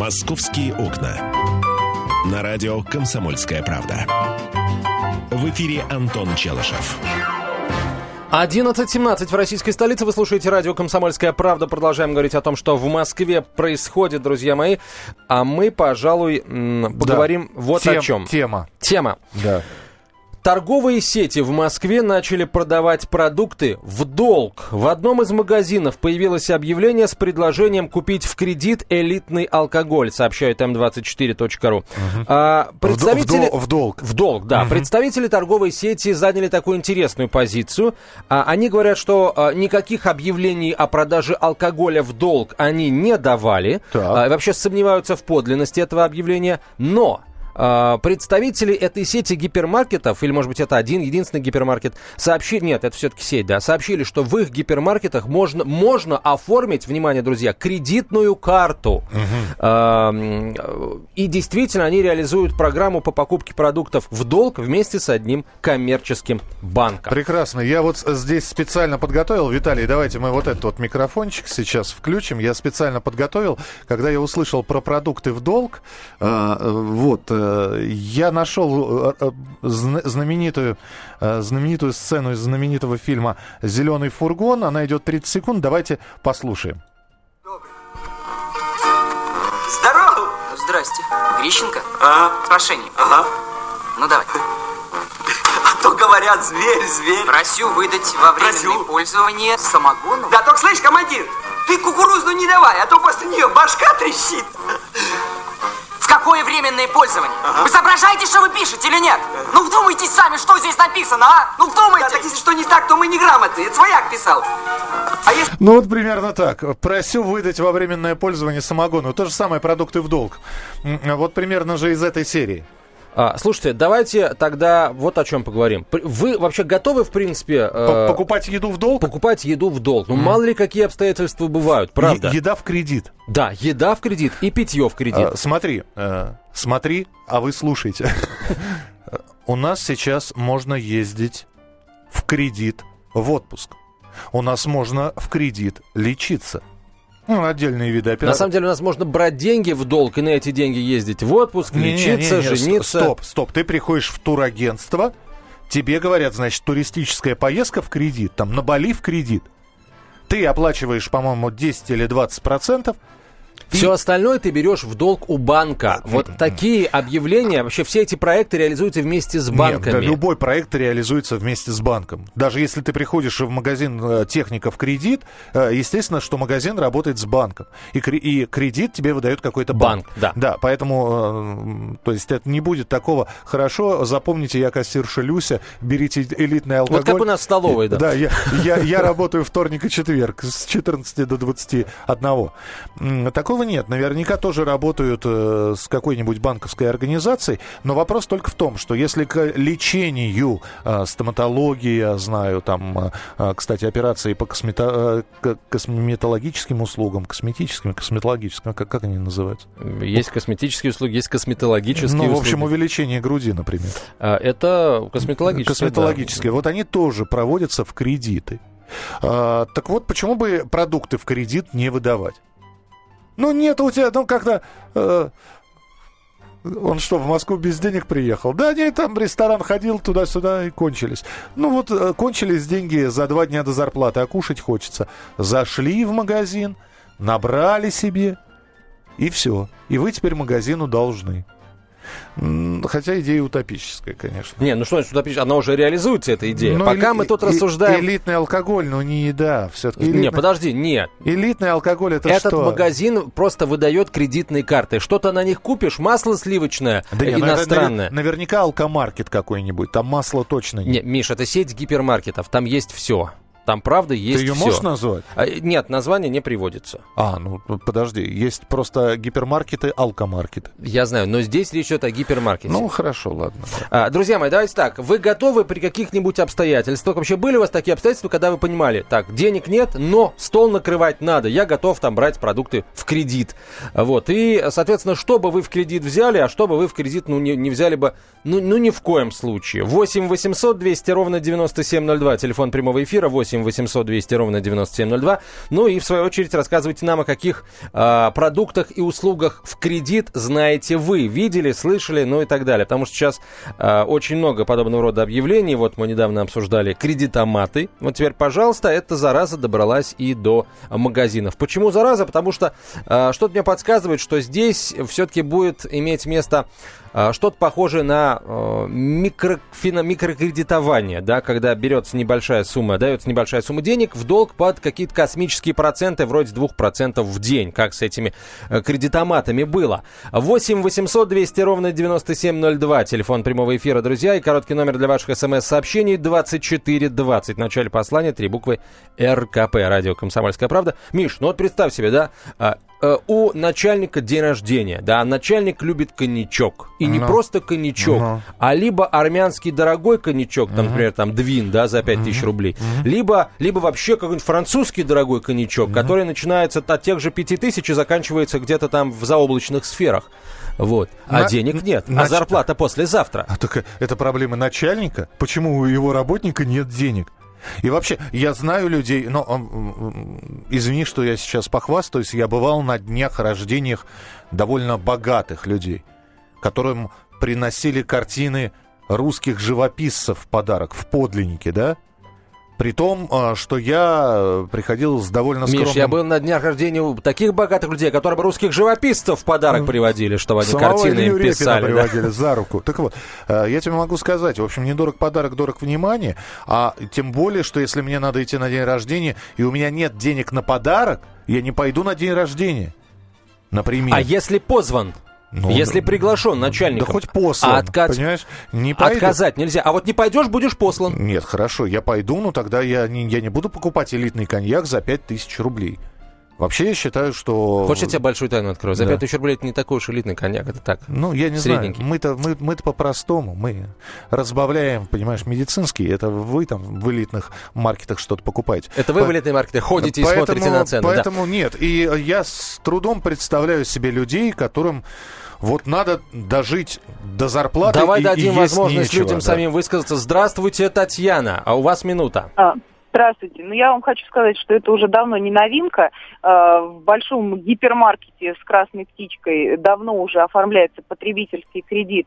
«Московские окна». На радио «Комсомольская правда». В эфире Антон Челышев. 11:17 в российской столице. Вы слушаете радио «Комсомольская правда». Продолжаем говорить о том, что в Москве происходит, друзья мои. А мы, пожалуй, поговорим о чем. Тема. Да. Торговые сети в Москве начали продавать продукты в долг. В одном из магазинов появилось объявление с предложением купить в кредит элитный алкоголь, сообщает m24.ru. Представители... В долг. В долг, да. Представители торговой сети заняли такую интересную позицию. Они говорят, что никаких объявлений о продаже алкоголя в долг они не давали. Вообще сомневаются в подлинности этого объявления. Но... представители этой сети гипермаркетов, или, может быть, это единственный гипермаркет, сообщили, нет, это все-таки сеть, да, сообщили, что в их гипермаркетах можно оформить, внимание, друзья, кредитную карту. И действительно, они реализуют программу по покупке продуктов в долг вместе с одним коммерческим банком. Прекрасно. Я вот здесь специально подготовил, Виталий, давайте мы вот этот вот микрофончик сейчас включим. Я специально подготовил, когда я услышал про продукты в долг, я нашел знаменитую сцену из знаменитого фильма «Зеленый фургон». Она идет 30 секунд. Давайте послушаем. Здорово! Здрасте. Грищенко? Ага. С прошением? Ага. Ну, давай. А то говорят, зверь. Просю выдать во временное пользование самогону. Да, только слышь, командир, ты кукурузу не давай, а то после нее башка трещит. Какое временное пользование? Вы соображаете, что вы пишете или нет? Ну вдумайтесь сами, что здесь написано, а? Ну вдумайтесь! Да, так если что не так, то мы неграмотные. Это свояк писал. Ну вот примерно так. Просю выдать во временное пользование самогону. То же самое продукты в долг. Вот примерно же из этой серии. Слушайте, давайте тогда вот о чем поговорим. Вы вообще готовы, в принципе... покупать еду в долг? Покупать еду в долг. Ну, мало ли какие обстоятельства бывают, правда? Еда в кредит. Да, еда в кредит и питье в кредит. Смотри, а вы слушайте. У нас сейчас можно ездить в кредит в отпуск. У нас можно в кредит лечиться. Отдельные виды операций. На самом деле у нас можно брать деньги в долг и на эти деньги ездить в отпуск, лечиться, жениться. Стоп. Ты приходишь в турагентство, тебе говорят, значит, туристическая поездка в кредит, там на Бали в кредит. Ты оплачиваешь, по-моему, 10 или 20%. Все остальное ты берешь в долг у банка. Вот такие объявления, вообще все эти проекты реализуются вместе с банками. Нет, любой проект реализуется вместе с банком. Даже если ты приходишь в магазин техника в кредит, естественно, что магазин работает с банком. И кредит тебе выдает какой-то банк. Да, поэтому, то есть это не будет такого. Хорошо, запомните, я кассирша Люся, берите элитный алкоголь. Вот как у нас в столовой, да. Да, я работаю вторник и четверг с 14 до 21. Такого нет. Наверняка тоже работают с какой-нибудь банковской организацией. Но вопрос только в том, что если к лечению, стоматологии, я знаю, там, кстати, операции по косметологическим услугам, косметологическим, как они называются? Есть косметические услуги, есть косметологические услуги. Ну, в общем, увеличение груди, например. Это косметологические. Косметологические. Да. Вот они тоже проводятся в кредиты. Так вот, почему бы продукты в кредит не выдавать? Ну, нет у тебя, как-то... Он что, в Москву без денег приехал? Да, нет, там в ресторан ходил туда-сюда и кончились. Ну, вот кончились деньги за 2 дня до зарплаты, а кушать хочется. Зашли в магазин, набрали себе, и все. И вы теперь магазину должны. Хотя идея утопическая, конечно. Не, ну что значит утопическая? Она уже реализуется, эта идея. Но пока мы тут рассуждаем... Элитный алкоголь, но не еда. Все-таки Не, подожди, нет. Элитный алкоголь это Этот что? магазин просто выдает кредитные карты. Что-то на них купишь, масло сливочное, да иностранное. Наверняка алкомаркет какой-нибудь, там масла точно нет. Не, Миш, это сеть гипермаркетов, там есть все. Там, правда, есть все. Ты ее можешь назвать? Нет, название не приводится. Ну подожди, есть просто гипермаркеты, алкомаркеты. Я знаю, но здесь речь идет о гипермаркете. Ну, хорошо, ладно. Друзья мои, давайте так. Вы готовы при каких-нибудь обстоятельствах? Вообще были у вас такие обстоятельства, когда вы понимали, так, денег нет, но стол накрывать надо, я готов там брать продукты в кредит. Вот, и, соответственно, что бы вы в кредит взяли, а что бы вы в кредит, не взяли бы, ни в коем случае. 8 800 200 ровно 9702, телефон прямого эфира, 8 8 800 200 ровно 9702. Ну и в свою очередь рассказывайте нам, о каких продуктах и услугах в кредит знаете вы, видели, слышали, ну и так далее. Потому что сейчас очень много подобного рода объявлений. Вот мы недавно обсуждали кредитоматы. Вот теперь, пожалуйста, эта зараза добралась и до магазинов. Почему зараза? Потому что что-то мне подсказывает, что здесь все-таки будет иметь место что-то похожее на микрокредитование, да, когда дается небольшая сумма денег в долг под какие-то космические проценты, вроде 2% в день, как с этими кредитоматами было. 8 800 200 ровно 9702, телефон прямого эфира, друзья, и короткий номер для ваших смс-сообщений 2420. В начале послания 3 буквы РКП, радио «Комсомольская правда». Миш, ну вот представь себе, да, у начальника день рождения, да, начальник любит коньячок. И не просто коньячок, а либо армянский дорогой коньячок, там, например, там, Двин, да, за 5000 рублей, либо вообще какой-нибудь французский дорогой коньячок, который начинается от тех же 5000 и заканчивается где-то там в заоблачных сферах. Вот. А денег нет, а зарплата послезавтра. Так это проблема начальника? Почему у его работника нет денег? И вообще, я знаю людей, но, извини, что я сейчас похвастаюсь, я бывал на днях рождениях довольно богатых людей, которым приносили картины русских живописцев в подарок, в подлиннике, да? При том, что я приходил с довольно скромным... Миш, я был на днях рождения у таких богатых людей, которые бы русских живописцев в подарок приводили, чтобы они картины им писали. Приводили за руку. Так вот, я тебе могу сказать, в общем, не дорог подарок, дорог внимание, а тем более, что если мне надо идти на день рождения, и у меня нет денег на подарок, я не пойду на день рождения, например. А если позван? Если приглашен начальником, да хоть послан, понимаешь, не пойду. Отказать нельзя. А вот не пойдешь, будешь послан. Нет, хорошо, я пойду, но тогда я не буду покупать элитный коньяк за 5000 рублей. Вообще, я считаю, что... Хочешь, я тебе большую тайну открою? За 5000 рублей это не такой уж элитный коньяк, это так, ну, я не средненький. знаю, мы-то по-простому, мы разбавляем, понимаешь, медицинский, это вы там в элитных маркетах что-то покупаете. Это вы в элитные маркеты ходите и смотрите на цены. Поэтому нет, и я с трудом представляю себе людей, которым вот надо дожить до зарплаты. Давай и дадим возможность нечего, людям самим высказаться. Здравствуйте, Татьяна, а у вас минута. Здравствуйте. Я вам хочу сказать, что это уже давно не новинка. В большом гипермаркете с красной птичкой давно уже оформляется потребительский кредит,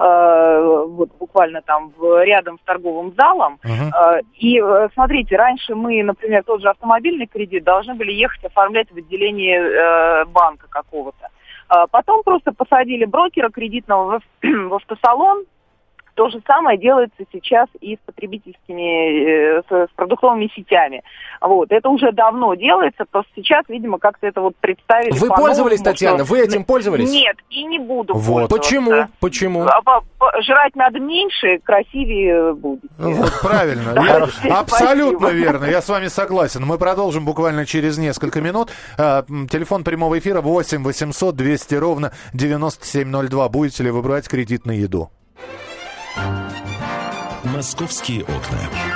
вот буквально там рядом с торговым залом. И смотрите, раньше мы, например, тот же автомобильный кредит должны были ехать оформлять в отделении банка какого-то. Потом просто посадили брокера кредитного в автосалон. То же самое делается сейчас и с потребительскими, с продуктовыми сетями. Вот. Это уже давно делается, просто сейчас, видимо, как-то это вот представили. Вы пользовались, Татьяна? Вы этим пользовались? Нет, и не буду пользоваться. Почему? Жрать надо меньше, красивее будет. Вот, правильно. Абсолютно верно. Я с вами согласен. Мы продолжим буквально через несколько минут. Телефон прямого эфира 8 800 200 ровно 9702. Будете ли вы брать кредит на еду? «Московские окна».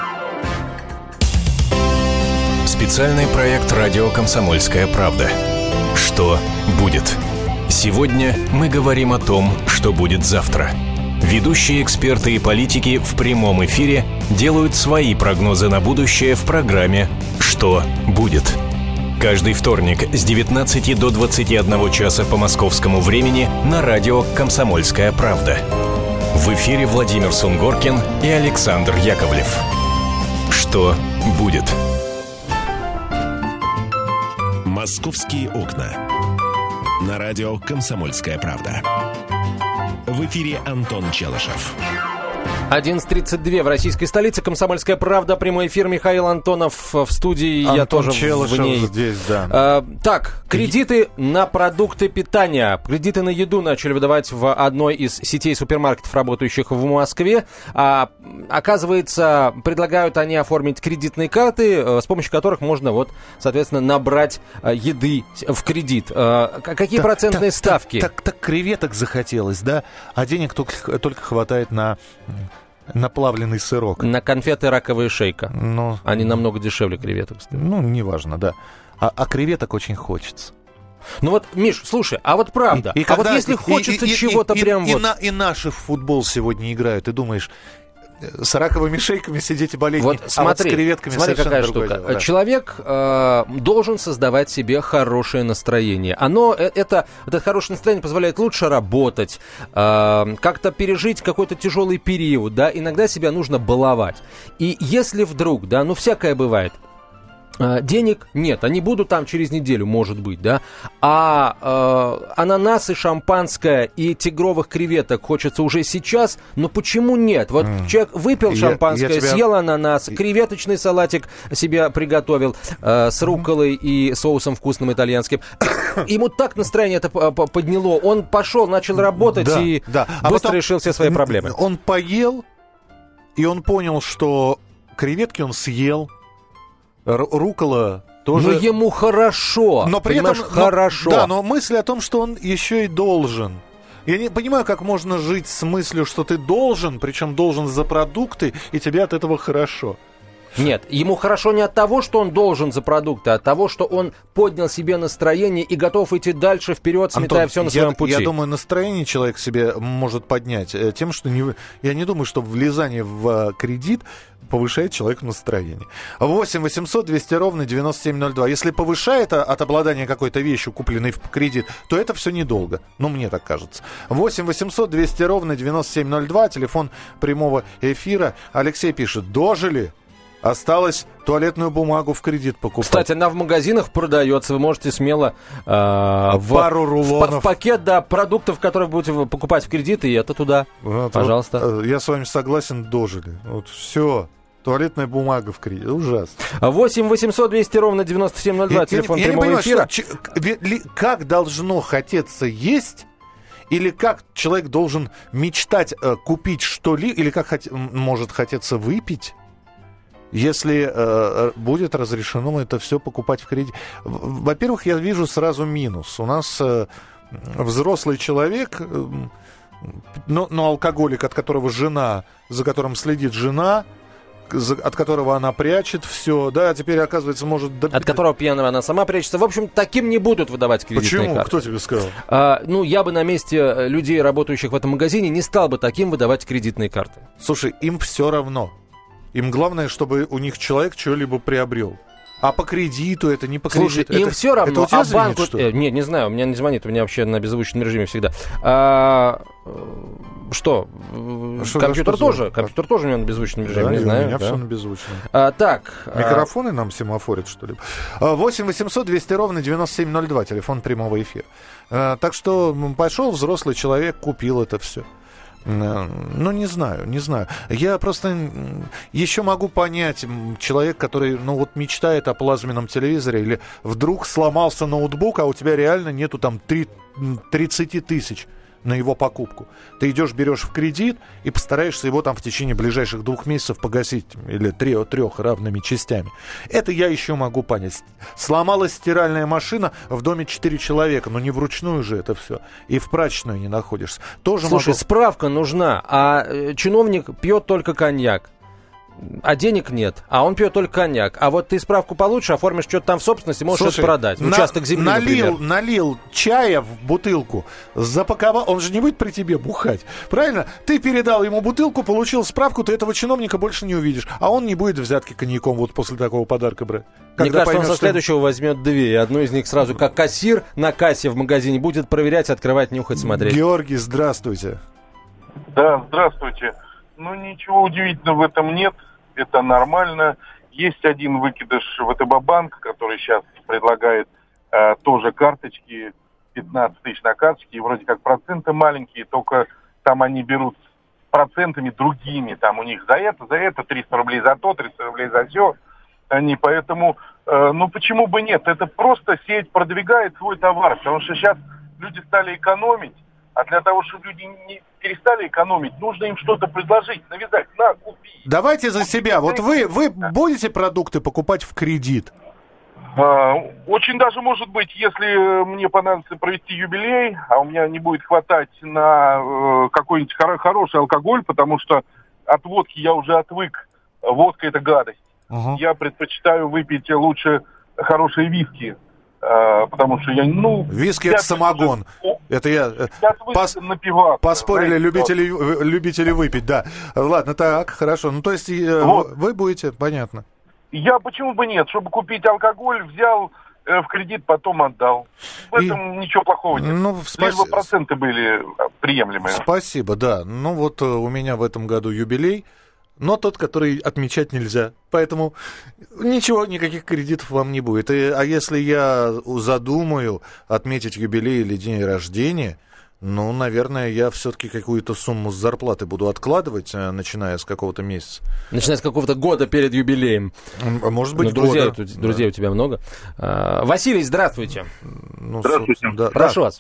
Специальный проект «Радио Комсомольская правда». Что будет? Сегодня мы говорим о том, что будет завтра. Ведущие эксперты и политики в прямом эфире делают свои прогнозы на будущее в программе «Что будет?». Каждый вторник с 19 до 21 часа по московскому времени на радио «Комсомольская правда». В эфире Владимир Сунгоркин и Александр Яковлев. Что будет? «Московские окна». На радио «Комсомольская правда». В эфире Антон Челышев. 11:32 в российской столице. «Комсомольская правда». Прямой эфир. Михаил Антонов в студии. Антон я тоже Челышев в ней. Здесь, да. Так, кредиты на продукты питания. Кредиты на еду начали выдавать в одной из сетей супермаркетов, работающих в Москве. Оказывается, предлагают они оформить кредитные карты, с помощью которых можно, вот, соответственно, набрать еды в кредит. Какие процентные ставки? Так креветок захотелось, да? А денег только хватает на плавленый сырок. На конфеты раковая шейка. Они намного дешевле креветок стоят. Неважно, да. А креветок очень хочется. Ну вот, Миш, слушай, а вот правда. Вот если хочется чего-то прям вот... И наши в футбол сегодня играют, ты думаешь, с раковыми шейками сидеть и болеть. Вот смотри, с креветками смотри, какая штука. Дело, да. Человек должен создавать себе хорошее настроение. Это хорошее настроение позволяет лучше работать, как-то пережить какой-то тяжелый период, да, иногда себя нужно баловать. И если вдруг, да, всякое бывает, денег нет, они будут там через неделю, может быть, да, ананасы, шампанское и тигровых креветок хочется уже сейчас, но почему нет? Вот человек выпил шампанское, съел ананас, креветочный салатик себе приготовил с рукколой и соусом вкусным итальянским. Ему так настроение это подняло, он пошел, начал работать и быстро решил все свои проблемы. Он поел, и он понял, что креветки он съел, руккола тоже... Но ему хорошо, но при этом, хорошо. Да, но мысль о том, что он еще и должен. Я не понимаю, как можно жить с мыслью, что ты должен, причем должен за продукты, и тебе от этого хорошо. Нет, ему хорошо не от того, что он должен за продукты, а от того, что он поднял себе настроение и готов идти дальше, вперед, сметая все на своем пути. Я думаю, настроение человек себе может поднять тем, что я не думаю, что влезание в кредит повышает человеку настроение. 8 800 200 ровно 9702. Если повышает от обладания какой-то вещью, купленной в кредит, то это все недолго. Мне так кажется. 8 800 200 ровно 9702. Телефон прямого эфира. Алексей пишет: дожили. Осталось туалетную бумагу в кредит покупать. Кстати, она в магазинах продается. Вы можете смело пару рулонов. В пакет, продуктов, которые будете покупать в кредит, и это туда. Пожалуйста. Я с вами согласен, дожили. Вот все. Туалетная бумага в кредит. Ужасно. 8 800 200 ровно 9702. Телефон прямого эфира. Как должно хотеться есть? Или как человек должен мечтать купить что-либо? Или как может хотеться выпить? Если будет разрешено это все покупать в кредит. Во-первых, я вижу сразу минус. У нас взрослый человек, но алкоголик, за которым следит жена, от которого она прячет все, да, а теперь, оказывается, может... От которого пьяного она сама прячется. В общем, таким не будут выдавать кредитные карты. Кто тебе сказал? Я бы на месте людей, работающих в этом магазине, не стал бы таким выдавать кредитные карты. Слушай, им все равно. Им главное, чтобы у них человек что-либо приобрел. А по кредиту это не по кредиту. Слушай, им все равно. Это у тебя звонит, что ли? Нет, не знаю, у меня не звонит, у меня вообще на беззвучном режиме всегда. Что? Компьютер тоже у меня на беззвучном режиме, не знаю. У меня все на беззвучном. Так. Микрофоны нам семафорят, что ли? 8 800 200 ровно 9702, телефон прямого эфира. Так что пошел взрослый человек, купил это все. Не знаю. Я просто еще могу понять человека, который, мечтает о плазменном телевизоре, или вдруг сломался ноутбук, а у тебя реально нету там 30 тысяч на его покупку. Ты идешь, берешь в кредит и постараешься его там в течение ближайших 2 месяцев погасить, или 3 равными частями. Это я еще могу понять. Сломалась стиральная машина, в доме 4 человека, но не вручную же это все. И в прачечную не находишься. Слушай, справка нужна, а чиновник пьет только коньяк. А денег нет, а он пьет только коньяк. А вот ты справку получишь, оформишь что-то там в собственности, можешь это продать. Участок земли, например. Налил чая в бутылку, запаковал. Он же не будет при тебе бухать. Правильно? Ты передал ему бутылку, получил справку, ты этого чиновника больше не увидишь. А он не будет взятки коньяком вот после такого подарка брать. Мне кажется, он со следующего возьмет 2. И одну из них сразу, как кассир на кассе в магазине, будет проверять, открывать, нюхать, смотреть. Георгий, здравствуйте. Да, здравствуйте. Ничего удивительного в этом нет. Это нормально. Есть один выкидыш ВТБ-банк, который сейчас предлагает тоже карточки, 15 тысяч на карточке, и вроде как проценты маленькие, только там они берут процентами другими. Там у них за это, 300 рублей за то, 300 рублей за все. Поэтому, почему бы нет? Это просто сеть продвигает свой товар, потому что сейчас люди стали экономить. А для того, чтобы люди не перестали экономить, нужно им что-то предложить, навязать, купи. Давайте за себя. Вот вы будете продукты покупать в кредит? Очень даже может быть, если мне понадобится провести юбилей, а у меня не будет хватать на какой-нибудь хороший алкоголь, потому что от водки я уже отвык. Водка – это гадость. Угу. Я предпочитаю выпить лучше хорошие виски. Потому что виски – это самогон. Это я напиваться, поспорили, любители выпить, да. Ладно, так, хорошо. Ну, то есть вы будете, понятно. Я почему бы нет? Чтобы купить алкоголь, взял в кредит, потом отдал. В этом ничего плохого нет. Лишь бы проценты были приемлемые. Спасибо, да. Ну вот у меня в этом году юбилей, но тот, который отмечать нельзя. Поэтому ничего, никаких кредитов вам не будет. А если я задумаю отметить юбилей или день рождения, ну, наверное, я все-таки какую-то сумму с зарплаты буду откладывать, начиная с какого-то месяца. Начиная с какого-то года перед юбилеем. Может быть, друзей у тебя много. Василий, здравствуйте. Здравствуйте. Да. Прошу вас.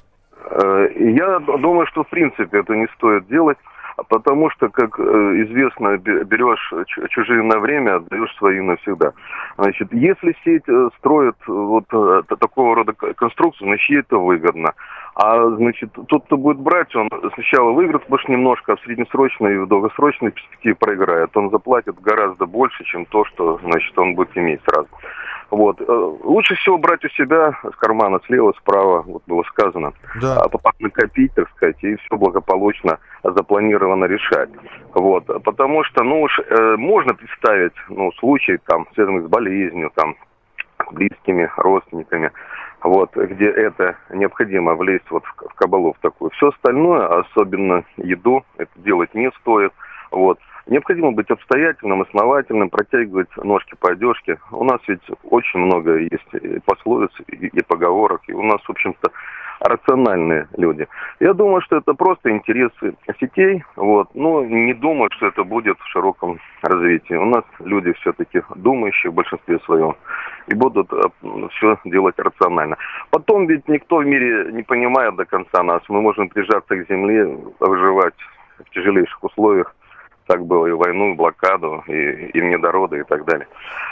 Я думаю, что в принципе это не стоит делать, потому что, как известно, берешь чужие на время, отдаешь свои навсегда. Значит, если сеть строит вот такого рода конструкцию, значит, ей это выгодно. А, значит, тот, кто будет брать, он сначала выиграет, может, немножко, а в среднесрочной и в долгосрочной перспективе проиграет. Он заплатит гораздо больше, чем то, что, значит, он будет иметь сразу. Вот. Лучше всего брать у себя с кармана, слева, справа, вот было сказано, да. Накопить, так сказать, и все благополучно запланированно решать. Вот. Потому что, можно представить, случаи, там, связанные с болезнью, там, с близкими, родственниками, вот, где это необходимо влезть вот в кабалу в такую. Все остальное, особенно еду, это делать не стоит. Вот. Необходимо быть обстоятельным, основательным, протягивать ножки по одежке. У нас ведь очень много есть и пословиц, и поговорок, и у нас, в общем-то, рациональные люди. Я думаю, что это просто интересы сетей, вот, но не думаю, что это будет в широком развитии. У нас люди все-таки думающие в большинстве своем и будут все делать рационально. Потом ведь никто в мире не понимает до конца нас. Мы можем прижаться к земле, выживать в тяжелейших условиях. Так было и в войну, и блокаду, и внедороды, и так далее.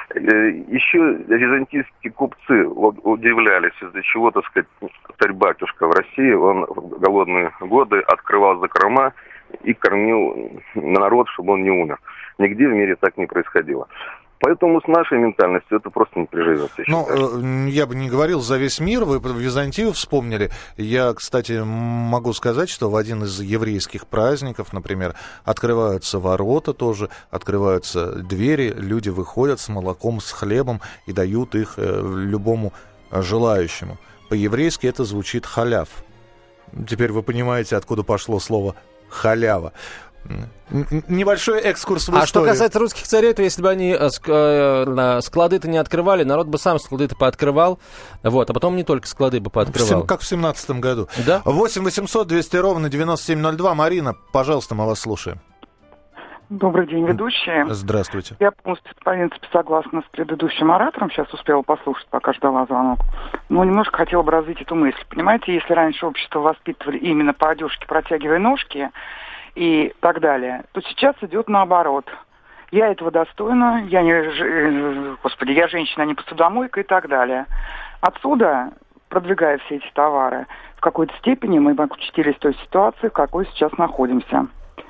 Еще византийские купцы удивлялись, из-за чего, так сказать, царь-батюшка в России, он в голодные годы открывал закрома и кормил народ, чтобы он не умер. Нигде в мире так не происходило. Поэтому с нашей ментальностью это просто не приживется. Я бы не говорил за весь мир, вы Византию вспомнили. Я, кстати, могу сказать, что в один из еврейских праздников, например, открываются ворота тоже, открываются двери, люди выходят с молоком, с хлебом и дают их любому желающему. По-еврейски это звучит халяв. Теперь вы понимаете, откуда пошло слово халява. Небольшой экскурс в историю. А что касается русских царей, то если бы они склады-то не открывали, народ бы сам склады-то пооткрывал, вот, а потом не только склады бы пооткрывал. Как в 17 году. Да? 8 800 200 ровно 9702. Марина, пожалуйста, мы вас слушаем. Добрый день, ведущие. Здравствуйте. Я полностью, в принципе, согласна с предыдущим оратором. Сейчас успела послушать, пока ждала звонок. Но немножко хотела бы развить эту мысль. Понимаете, если раньше общество воспитывали именно по одежке, протягивая ножки и так далее, то сейчас идет наоборот. Я этого достойна, я женщина, а не посудомойка и так далее. Отсюда, продвигая все эти товары, в какой-то степени мы очутились в той ситуации, в какой сейчас находимся.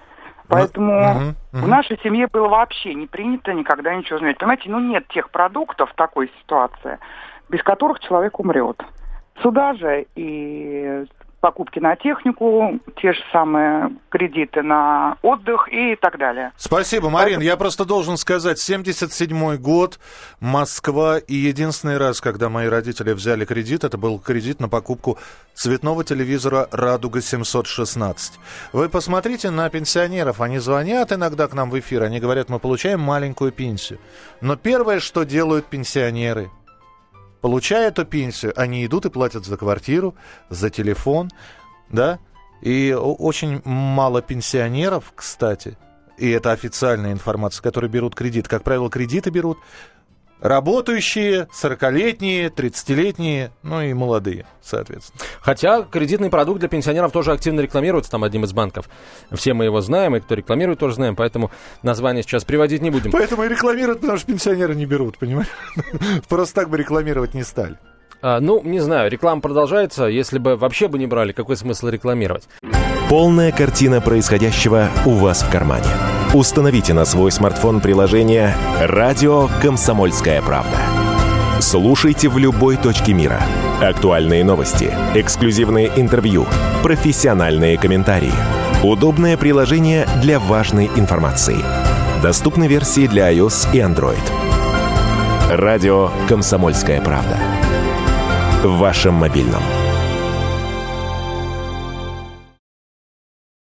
Поэтому в нашей семье было вообще не принято никогда ничего изменять. Понимаете, нет тех продуктов в такой ситуации, без которых человек умрет. Сюда же и покупки на технику, те же самые кредиты на отдых и так далее. Спасибо, Марин. Я просто должен сказать, 77-й год, Москва, и единственный раз, когда мои родители взяли кредит, это был кредит на покупку цветного телевизора «Радуга 716». Вы посмотрите на пенсионеров, они звонят иногда к нам в эфир, они говорят, мы получаем маленькую пенсию. Но первое, что делают пенсионеры, получая эту пенсию, они идут и платят за квартиру, за телефон, да? И очень мало пенсионеров, кстати, и это официальная информация, которые берут кредит. Как правило, кредиты берут работающие, 40-летние, 30-летние, и молодые, соответственно. Хотя кредитный продукт для пенсионеров тоже активно рекламируется там одним из банков. Все мы его знаем, и кто рекламирует, тоже знаем, поэтому название сейчас приводить не будем. Поэтому и рекламируют, потому что пенсионеры не берут, понимаешь? Просто так бы рекламировать не стали. Не знаю, реклама продолжается. Если бы вообще бы не брали, какой смысл рекламировать? Полная картина происходящего у вас в кармане. Установите на свой смартфон приложение «Радио Комсомольская правда». Слушайте в любой точке мира. Актуальные новости, эксклюзивные интервью, профессиональные комментарии. Удобное приложение для важной информации. Доступны версии для iOS и Android. Радио «Комсомольская правда». В вашем мобильном.